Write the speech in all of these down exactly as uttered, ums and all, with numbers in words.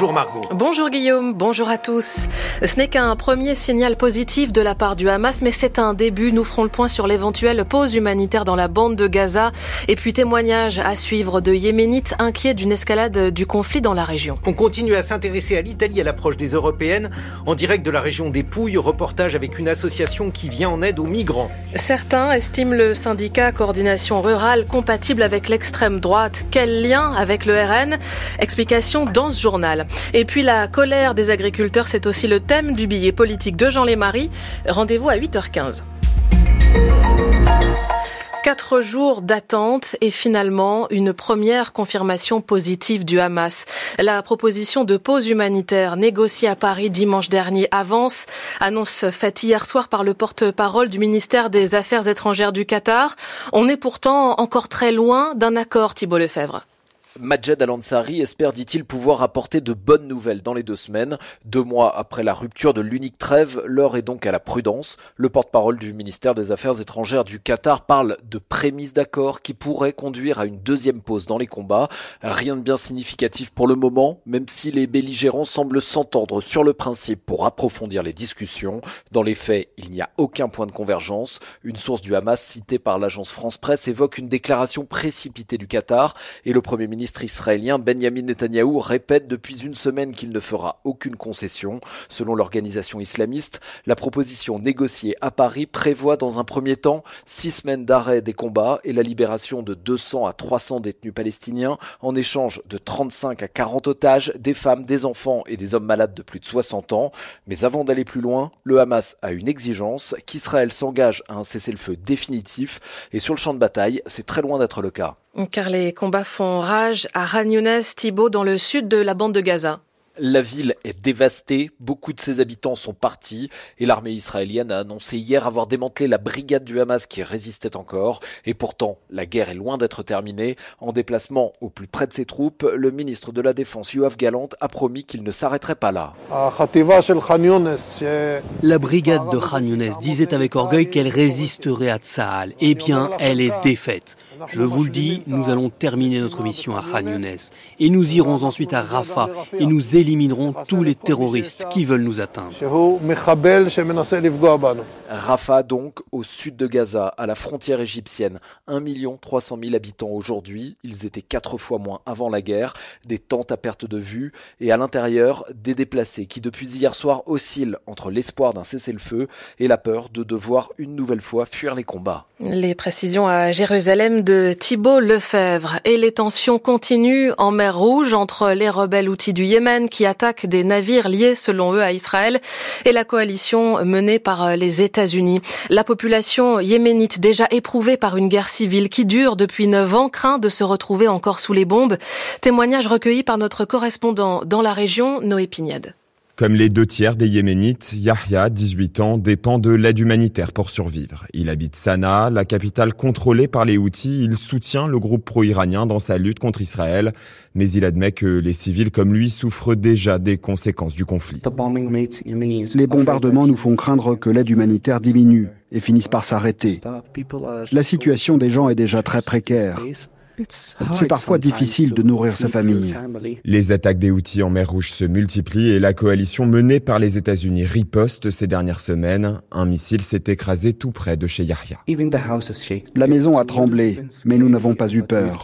Bonjour Margot. Bonjour Guillaume, bonjour à tous. Ce n'est qu'un premier signal positif de la part du Hamas, mais c'est un début. Nous ferons le point sur l'éventuelle pause humanitaire dans la bande de Gaza. Et puis témoignage à suivre de Yéménites inquiets d'une escalade du conflit dans la région. On continue à s'intéresser à l'Italie à l'approche des Européennes. En direct de la région des Pouilles, reportage avec une association qui vient en aide aux migrants. Certains estiment le syndicat Coordination Rurale compatible avec l'extrême droite. Quel lien avec le R N ? Explication dans ce journal. Et puis la colère des agriculteurs, c'est aussi le thème du billet politique de Jean Lémarie. Rendez-vous à huit heures quinze. Quatre jours d'attente et finalement une première confirmation positive du Hamas. La proposition de pause humanitaire négociée à Paris dimanche dernier avance. Annonce faite hier soir par le porte-parole du ministère des Affaires étrangères du Qatar. On est pourtant encore très loin d'un accord, Thibault Lefebvre. Majed Al-Ansari espère, dit-il, pouvoir apporter de bonnes nouvelles dans les deux semaines. Deux mois après la rupture de l'unique trêve, l'heure est donc à la prudence. Le porte-parole du ministère des Affaires étrangères du Qatar parle de prémices d'accord qui pourraient conduire à une deuxième pause dans les combats. Rien de bien significatif pour le moment, même si les belligérants semblent s'entendre sur le principe pour approfondir les discussions. Dans les faits, il n'y a aucun point de convergence. Une source du Hamas citée par l'agence France Presse évoque une déclaration précipitée du Qatar et le Premier ministre israélien Benjamin Netanyahou répète depuis une semaine qu'il ne fera aucune concession. Selon l'organisation islamiste, la proposition négociée à Paris prévoit dans un premier temps six semaines d'arrêt des combats et la libération de deux cents à trois cents détenus palestiniens en échange de trente-cinq à quarante otages, des femmes, des enfants et des hommes malades de plus de soixante ans. Mais avant d'aller plus loin, le Hamas a une exigence, qu'Israël s'engage à un cessez-le-feu définitif et sur le champ de bataille, c'est très loin d'être le cas. Car les combats font rage à Khan Younes, Thibault, dans le sud de la bande de Gaza. La ville est dévastée, beaucoup de ses habitants sont partis et l'armée israélienne a annoncé hier avoir démantelé la brigade du Hamas qui résistait encore. Et pourtant, la guerre est loin d'être terminée. En déplacement au plus près de ses troupes, le ministre de la Défense Yoav Gallant a promis qu'il ne s'arrêterait pas là. La brigade de Khan Younes disait avec orgueil qu'elle résisterait à Tsahal. Eh bien, elle est défaite. Je vous le dis, nous allons terminer notre mission à Khan Younes et nous irons ensuite à Rafah et nous éliminerons tous les terroristes qui veulent nous atteindre. Rafah donc, au sud de Gaza, à la frontière égyptienne. un million trois cent mille habitants aujourd'hui, ils étaient quatre fois moins avant la guerre, des tentes à perte de vue et à l'intérieur, des déplacés qui depuis hier soir oscillent entre l'espoir d'un cessez-le-feu et la peur de devoir une nouvelle fois fuir les combats. Les précisions à Jérusalem de Thibault Lefebvre. Et les tensions continuent en mer Rouge entre les rebelles houthis du Yémen qui attaquent des navires liés selon eux à Israël et la coalition menée par les États-Unis. La population yéménite, déjà éprouvée par une guerre civile qui dure depuis neuf ans, craint de se retrouver encore sous les bombes. Témoignage recueilli par notre correspondant dans la région, Noé Pignade. Comme les deux tiers des Yéménites, Yahya, dix-huit ans, dépend de l'aide humanitaire pour survivre. Il habite Sanaa, la capitale contrôlée par les Houthis. Il soutient le groupe pro-iranien dans sa lutte contre Israël. Mais il admet que les civils comme lui souffrent déjà des conséquences du conflit. Les bombardements nous font craindre que l'aide humanitaire diminue et finisse par s'arrêter. La situation des gens est déjà très précaire. C'est parfois difficile de nourrir sa famille. Les attaques des Houthis en mer Rouge se multiplient et la coalition menée par les États-Unis riposte ces dernières semaines. Un missile s'est écrasé tout près de chez Yahya. La maison a tremblé, mais nous n'avons pas eu peur.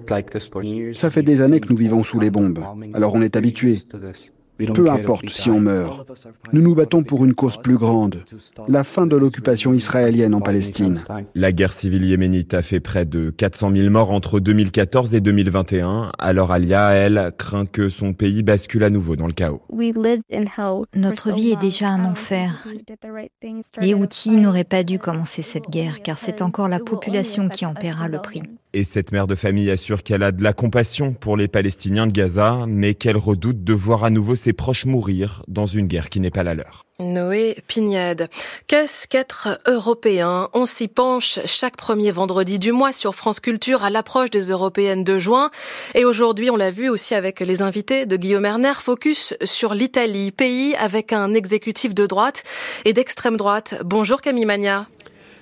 Ça fait des années que nous vivons sous les bombes, alors on est habitué. Peu importe si on meurt. Nous nous battons pour une cause plus grande, la fin de l'occupation israélienne en Palestine. La guerre civile yéménite a fait près de quatre cent mille morts entre deux mille quatorze et deux mille vingt et un. Alors Alia, elle, craint que son pays bascule à nouveau dans le chaos. Notre vie est déjà un enfer. Les Houthis n'auraient pas dû commencer cette guerre, car c'est encore la population qui en paiera le prix. Et cette mère de famille assure qu'elle a de la compassion pour les Palestiniens de Gaza, mais qu'elle redoute de voir à nouveau ses proches mourir dans une guerre qui n'est pas la leur. Noé Pignade. Qu'est-ce qu'être européen ? On s'y penche chaque premier vendredi du mois sur France Culture à l'approche des européennes de juin. Et aujourd'hui, on l'a vu aussi avec les invités de Guillaume Erner, focus sur l'Italie, pays avec un exécutif de droite et d'extrême droite. Bonjour Camille Magna.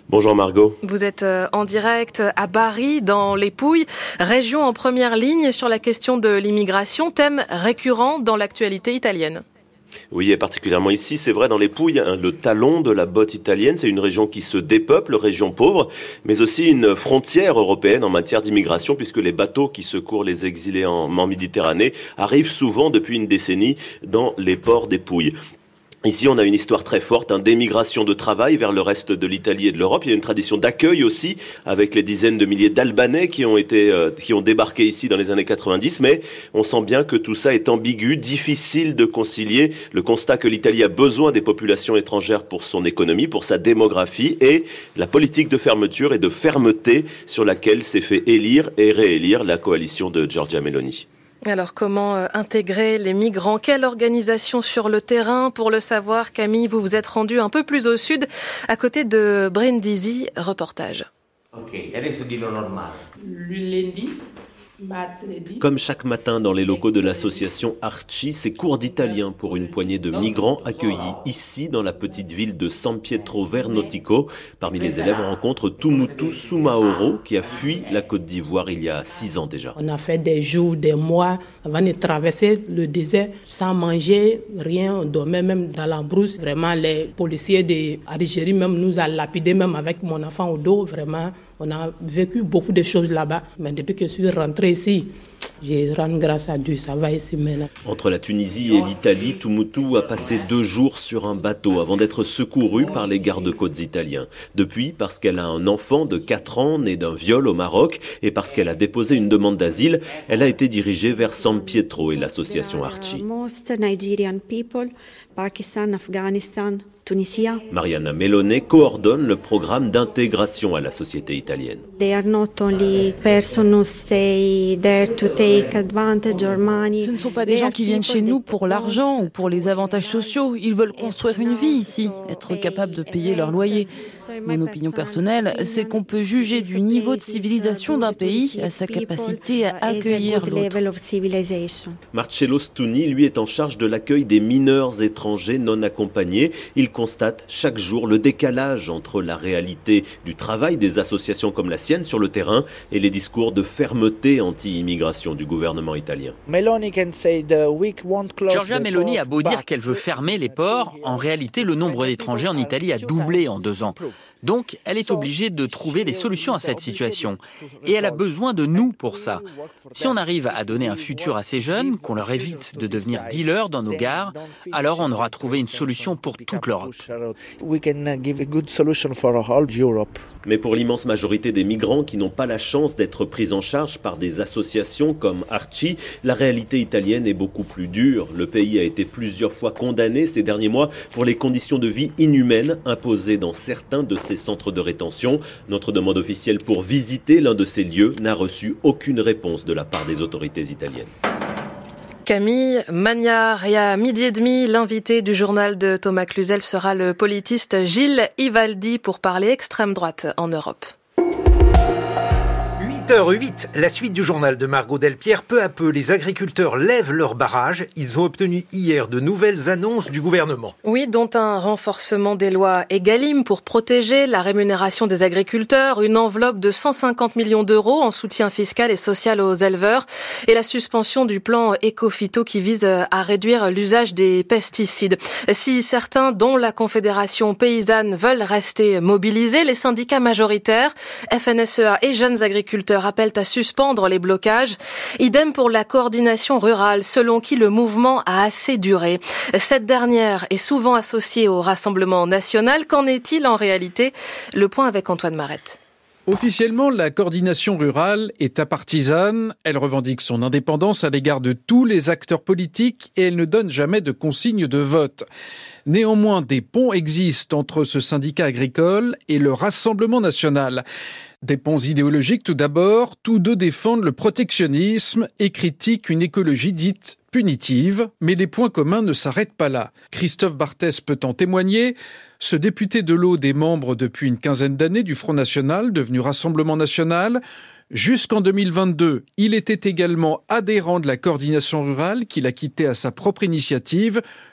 Bonjour Margot. Vous êtes en direct à Bari, dans les Pouilles, région en première ligne sur la question de l'immigration, thème récurrent dans l'actualité italienne. Oui, et particulièrement ici, c'est vrai, dans les Pouilles, hein, le talon de la botte italienne, c'est une région qui se dépeuple, région pauvre, mais aussi une frontière européenne en matière d'immigration, puisque les bateaux qui secourent les exilés en, en Méditerranée arrivent souvent depuis une décennie dans les ports des Pouilles. Ici, on a une histoire très forte, hein, d'émigration de travail vers le reste de l'Italie et de l'Europe. Il y a une tradition d'accueil aussi, avec les dizaines de milliers d'Albanais qui ont été, euh, qui ont débarqué ici dans les années quatre-vingt-dix. Mais on sent bien que tout ça est ambigu, difficile de concilier le constat que l'Italie a besoin des populations étrangères pour son économie, pour sa démographie, et la politique de fermeture et de fermeté sur laquelle s'est fait élire et réélire la coalition de Giorgia Meloni. Alors, comment intégrer les migrants? Quelle organisation sur le terrain? Pour le savoir, Camille, vous vous êtes rendu un peu plus au sud, à côté de Brindisi. Reportage. Ok, adesso dillo normale. Lundi. Comme chaque matin dans les locaux de l'association Arci, c'est cours d'italien pour une poignée de migrants accueillis ici dans la petite ville de San Pietro Vernotico. Parmi les élèves, on rencontre Tumutu Soumaoro qui a fui la Côte d'Ivoire il y a six ans déjà. On a fait des jours, des mois avant de traverser le désert sans manger, rien. On dormait même dans la brousse. Vraiment, les policiers d'Algérie même nous a lapidés, même avec mon enfant au dos. Vraiment, on a vécu beaucoup de choses là-bas. Mais depuis que je suis rentrée ici, je rends grâce à Dieu, ça va ici maintenant. Entre la Tunisie et l'Italie, Tumutu a passé deux jours sur un bateau avant d'être secourue par les gardes-côtes italiens. Depuis, parce qu'elle a un enfant de quatre ans né d'un viol au Maroc et parce qu'elle a déposé une demande d'asile, elle a été dirigée vers San Pietro et l'association Arci. Pakistan, Afghanistan, Tunisia. Mariana Melone coordonne le programme d'intégration à la société italienne. They are not only persons who stay there to take advantage or money. Ce ne sont pas des gens qui viennent chez nous pour l'argent ou pour les avantages sociaux. Ils veulent construire une vie ici, être capables de payer leur loyer. Mon opinion personnelle, c'est qu'on peut juger du niveau de civilisation d'un pays à sa capacité à accueillir l'autre. Marcello Stuni, lui, est en charge de l'accueil des mineurs étrangers non accompagnés. Il constate chaque jour le décalage entre la réalité du travail des associations comme la sienne sur le terrain et les discours de fermeté anti-immigration du gouvernement italien. Giorgia Meloni a beau dire qu'elle veut fermer les ports, en réalité le nombre d'étrangers en Italie a doublé en deux ans. Donc, elle est obligée de trouver des solutions à cette situation. Et elle a besoin de nous pour ça. Si on arrive à donner un futur à ces jeunes, qu'on leur évite de devenir dealers dans nos gares, alors on aura trouvé une solution pour toute l'Europe. Mais pour l'immense majorité des migrants qui n'ont pas la chance d'être pris en charge par des associations comme Arci, la réalité italienne est beaucoup plus dure. Le pays a été plusieurs fois condamné ces derniers mois pour les conditions de vie inhumaines imposées dans certains de ces centres de rétention. Notre demande officielle pour visiter l'un de ces lieux n'a reçu aucune réponse de la part des autorités italiennes. Camille Magnard, et à midi et demi, l'invité du journal de Thomas Cluzel sera le politiste Gilles Ivaldi pour parler extrême droite en Europe. huit heures huit, la suite du journal de Margot Delpierre. Peu à peu, les agriculteurs lèvent leurs barrages. Ils ont obtenu hier de nouvelles annonces du gouvernement. Oui, dont un renforcement des lois Egalim pour protéger la rémunération des agriculteurs, une enveloppe de cent cinquante millions d'euros en soutien fiscal et social aux éleveurs et la suspension du plan Ecophyto qui vise à réduire l'usage des pesticides. Si certains, dont la Confédération paysanne, veulent rester mobilisés, les syndicats majoritaires, F N S E A et jeunes agriculteurs appellent à suspendre les blocages. Idem pour la coordination rurale, selon qui le mouvement a assez duré. Cette dernière est souvent associée au Rassemblement national. Qu'en est-il en réalité? Le point avec Antoine Marette. Officiellement, la coordination rurale est apartisane. Elle revendique son indépendance à l'égard de tous les acteurs politiques et elle ne donne jamais de consigne de vote. Néanmoins, des ponts existent entre ce syndicat agricole et le Rassemblement national. Des ponts idéologiques tout d'abord, tous deux défendent le protectionnisme et critiquent une écologie dite punitive, mais les points communs ne s'arrêtent pas là. Christophe Barthès peut en témoigner. Ce député de l'Aude est membre depuis une quinzaine d'années du Front National, devenu Rassemblement National. Jusqu'en deux mille vingt-deux, il était également adhérent de la coordination rurale qu'il a quittée à sa propre initiative,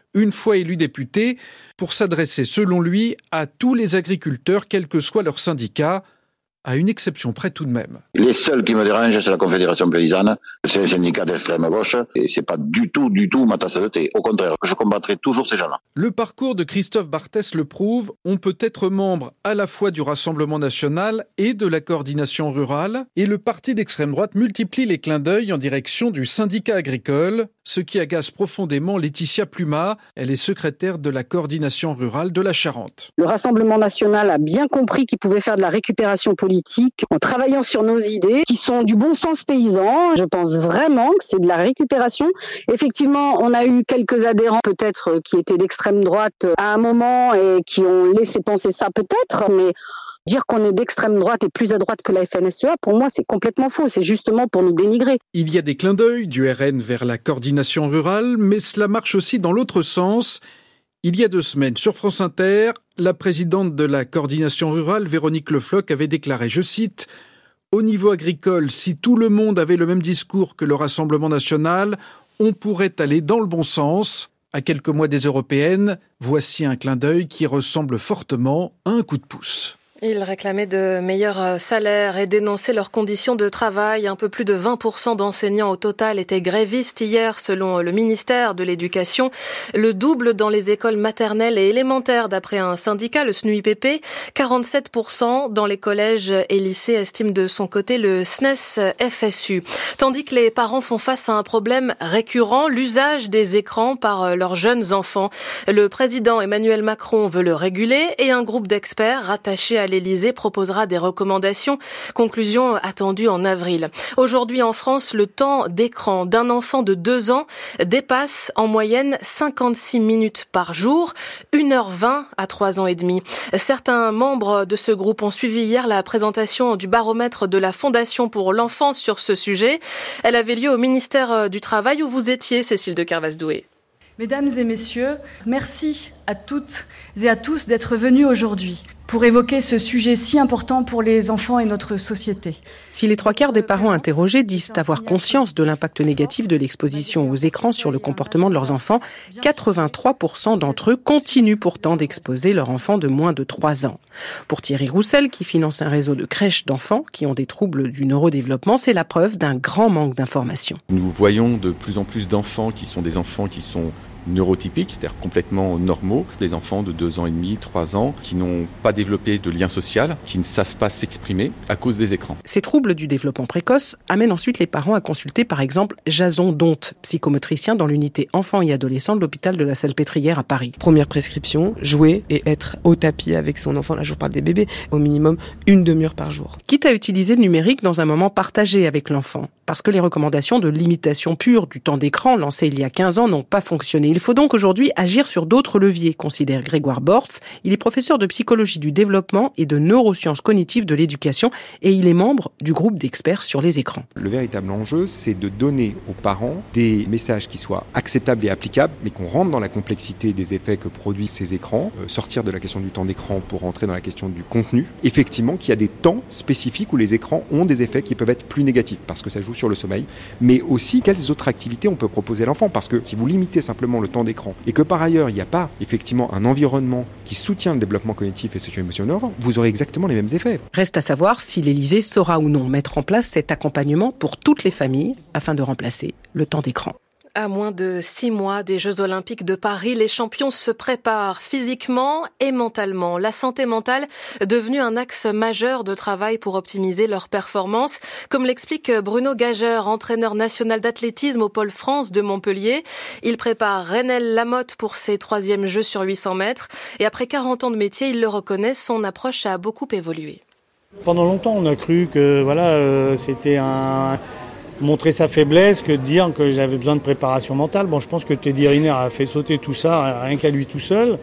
une fois élu député, pour s'adresser, selon lui, à tous les agriculteurs, quel que soit leur syndicat, à une exception près tout de même. Les seuls qui me dérangent, c'est la Confédération paysanne, c'est un syndicat d'extrême gauche, et c'est pas du tout, du tout ma tasse de thé. Au contraire, je combattrai toujours ces gens-là. Le parcours de Christophe Barthès le prouve, on peut être membre à la fois du Rassemblement national et de la coordination rurale, et le parti d'extrême droite multiplie les clins d'œil en direction du syndicat agricole, ce qui agace profondément Laetitia Pluma. Elle est secrétaire de la coordination rurale de la Charente. Le Rassemblement national a bien compris qu'il pouvait faire de la récupération politique en travaillant sur nos idées qui sont du bon sens paysan. Je pense vraiment que c'est de la récupération. Effectivement, on a eu quelques adhérents peut-être qui étaient d'extrême droite à un moment et qui ont laissé penser ça peut-être, mais dire qu'on est d'extrême droite et plus à droite que la F N S E A, pour moi, c'est complètement faux. C'est justement pour nous dénigrer. Il y a des clins d'œil du R N vers la coordination rurale, mais cela marche aussi dans l'autre sens. Il y a deux semaines, sur France Inter, la présidente de la coordination rurale, Véronique Le Floch, avait déclaré, je cite, « Au niveau agricole, si tout le monde avait le même discours que le Rassemblement national, on pourrait aller dans le bon sens. À quelques mois des européennes, voici un clin d'œil qui ressemble fortement à un coup de pouce. » Ils réclamaient de meilleurs salaires et dénonçaient leurs conditions de travail. Un peu plus de vingt pour cent d'enseignants au total étaient grévistes hier, selon le ministère de l'Éducation. Le double dans les écoles maternelles et élémentaires, d'après un syndicat, le S N U I P P. quarante-sept pour cent dans les collèges et lycées, estime de son côté le S N E S F S U. Tandis que les parents font face à un problème récurrent, l'usage des écrans par leurs jeunes enfants. Le président Emmanuel Macron veut le réguler et un groupe d'experts rattaché à l'Élysée proposera des recommandations. Conclusion attendue en avril. Aujourd'hui en France, le temps d'écran d'un enfant de deux ans dépasse en moyenne cinquante-six minutes par jour, une heure vingt à trois ans et demi. Certains membres de ce groupe ont suivi hier la présentation du baromètre de la Fondation pour l'enfance sur ce sujet. Elle avait lieu au ministère du Travail où vous étiez, Cécile de Kervas-Doué. Mesdames et messieurs, merci à toutes et à tous d'être venus aujourd'hui pour évoquer ce sujet si important pour les enfants et notre société. Si les trois quarts des parents interrogés disent avoir conscience de l'impact négatif de l'exposition aux écrans sur le comportement de leurs enfants, quatre-vingt-trois pour cent d'entre eux continuent pourtant d'exposer leurs enfants de moins de trois ans. Pour Thierry Roussel, qui finance un réseau de crèches d'enfants qui ont des troubles du neurodéveloppement, c'est la preuve d'un grand manque d'informations. Nous voyons de plus en plus d'enfants qui sont des enfants qui sont neurotypiques, c'est-à-dire complètement normaux, des enfants de deux ans et demi, trois ans, qui n'ont pas développé de lien social, qui ne savent pas s'exprimer à cause des écrans. Ces troubles du développement précoce amènent ensuite les parents à consulter par exemple Jason Donte, psychomotricien dans l'unité enfants et adolescents de l'hôpital de la Salpêtrière à Paris. Première prescription, jouer et être au tapis avec son enfant, là je vous parle des bébés, au minimum une demi-heure par jour. Quitte à utiliser le numérique dans un moment partagé avec l'enfant, parce que les recommandations de limitation pure du temps d'écran lancées il y a quinze ans n'ont pas fonctionné. Il faut donc aujourd'hui agir sur d'autres leviers, considère Grégoire Bortz. Il est professeur de psychologie du développement et de neurosciences cognitives de l'éducation et il est membre du groupe d'experts sur les écrans. Le véritable enjeu, c'est de donner aux parents des messages qui soient acceptables et applicables, mais qu'on rentre dans la complexité des effets que produisent ces écrans, euh, sortir de la question du temps d'écran pour rentrer dans la question du contenu. Effectivement, qu'il y a des temps spécifiques où les écrans ont des effets qui peuvent être plus négatifs, parce que ça joue sur le sommeil, mais aussi quelles autres activités on peut proposer à l'enfant, parce que si vous limitez simplement le temps d'écran et que par ailleurs il n'y a pas effectivement un environnement qui soutient le développement cognitif et socio-émotionnel de l'enfant, vous aurez exactement les mêmes effets. Reste à savoir si l'Élysée saura ou non mettre en place cet accompagnement pour toutes les familles afin de remplacer le temps d'écran. À moins de six mois des Jeux Olympiques de Paris, les champions se préparent physiquement et mentalement. La santé mentale est devenue un axe majeur de travail pour optimiser leur performance, comme l'explique Bruno Gageur, entraîneur national d'athlétisme au Pôle France de Montpellier. Il prépare Reynel Lamotte pour ses troisièmes Jeux sur huit cents mètres. Et après quarante ans de métier, il le reconnaît, son approche a beaucoup évolué. Pendant longtemps, on a cru que voilà, euh, c'était un... montrer sa faiblesse que de dire que j'avais besoin de préparation mentale. Bon, je pense que Teddy Riner a fait sauter tout ça, rien qu'à lui tout seul,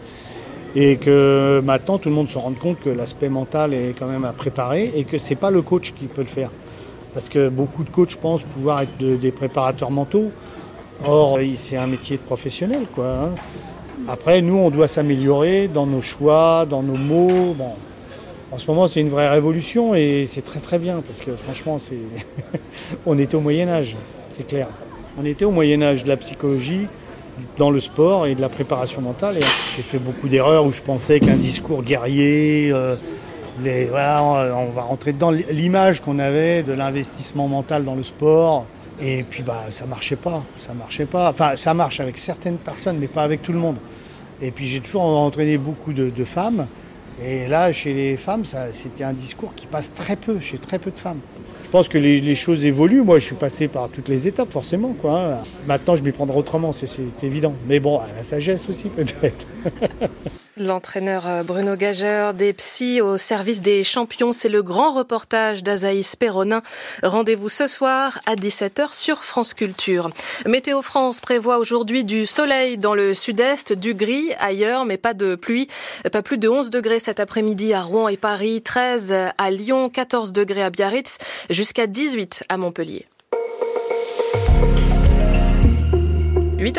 et que maintenant tout le monde se rend compte que l'aspect mental est quand même à préparer et que c'est pas le coach qui peut le faire. Parce que beaucoup de coachs pensent pouvoir être de, des préparateurs mentaux. Or, c'est un métier de professionnel, quoi. Hein. Après, nous, on doit s'améliorer dans nos choix, dans nos mots. Bon. En ce moment, c'est une vraie révolution et c'est très très bien parce que franchement, c'est... on était au Moyen-Âge, c'est clair. On était au Moyen-Âge de la psychologie dans le sport et de la préparation mentale. Et j'ai fait beaucoup d'erreurs où je pensais qu'un discours guerrier, euh, les, voilà, on va rentrer dedans, l'image qu'on avait de l'investissement mental dans le sport. Et puis bah ça marchait pas, ça marchait pas. Enfin, ça marche avec certaines personnes, mais pas avec tout le monde. Et puis j'ai toujours entraîné beaucoup de, de femmes. Et là, chez les femmes, ça, c'était un discours qui passe très peu, chez très peu de femmes. Je pense que les, les choses évoluent. Moi, je suis passé par toutes les étapes, forcément, quoi. Maintenant, je m'y prendrai autrement, c'est, c'est évident. Mais bon, à la sagesse aussi, peut-être. L'entraîneur Bruno Gageur, des psys au service des champions, c'est le grand reportage d'Azaïs Perronin. Rendez-vous ce soir à dix-sept heures sur France Culture. Météo France prévoit aujourd'hui du soleil dans le sud-est, du gris ailleurs, mais pas de pluie. Pas plus de onze degrés cet après-midi à Rouen et Paris, treize à Lyon, quatorze degrés à Biarritz, jusqu'à dix-huit à Montpellier.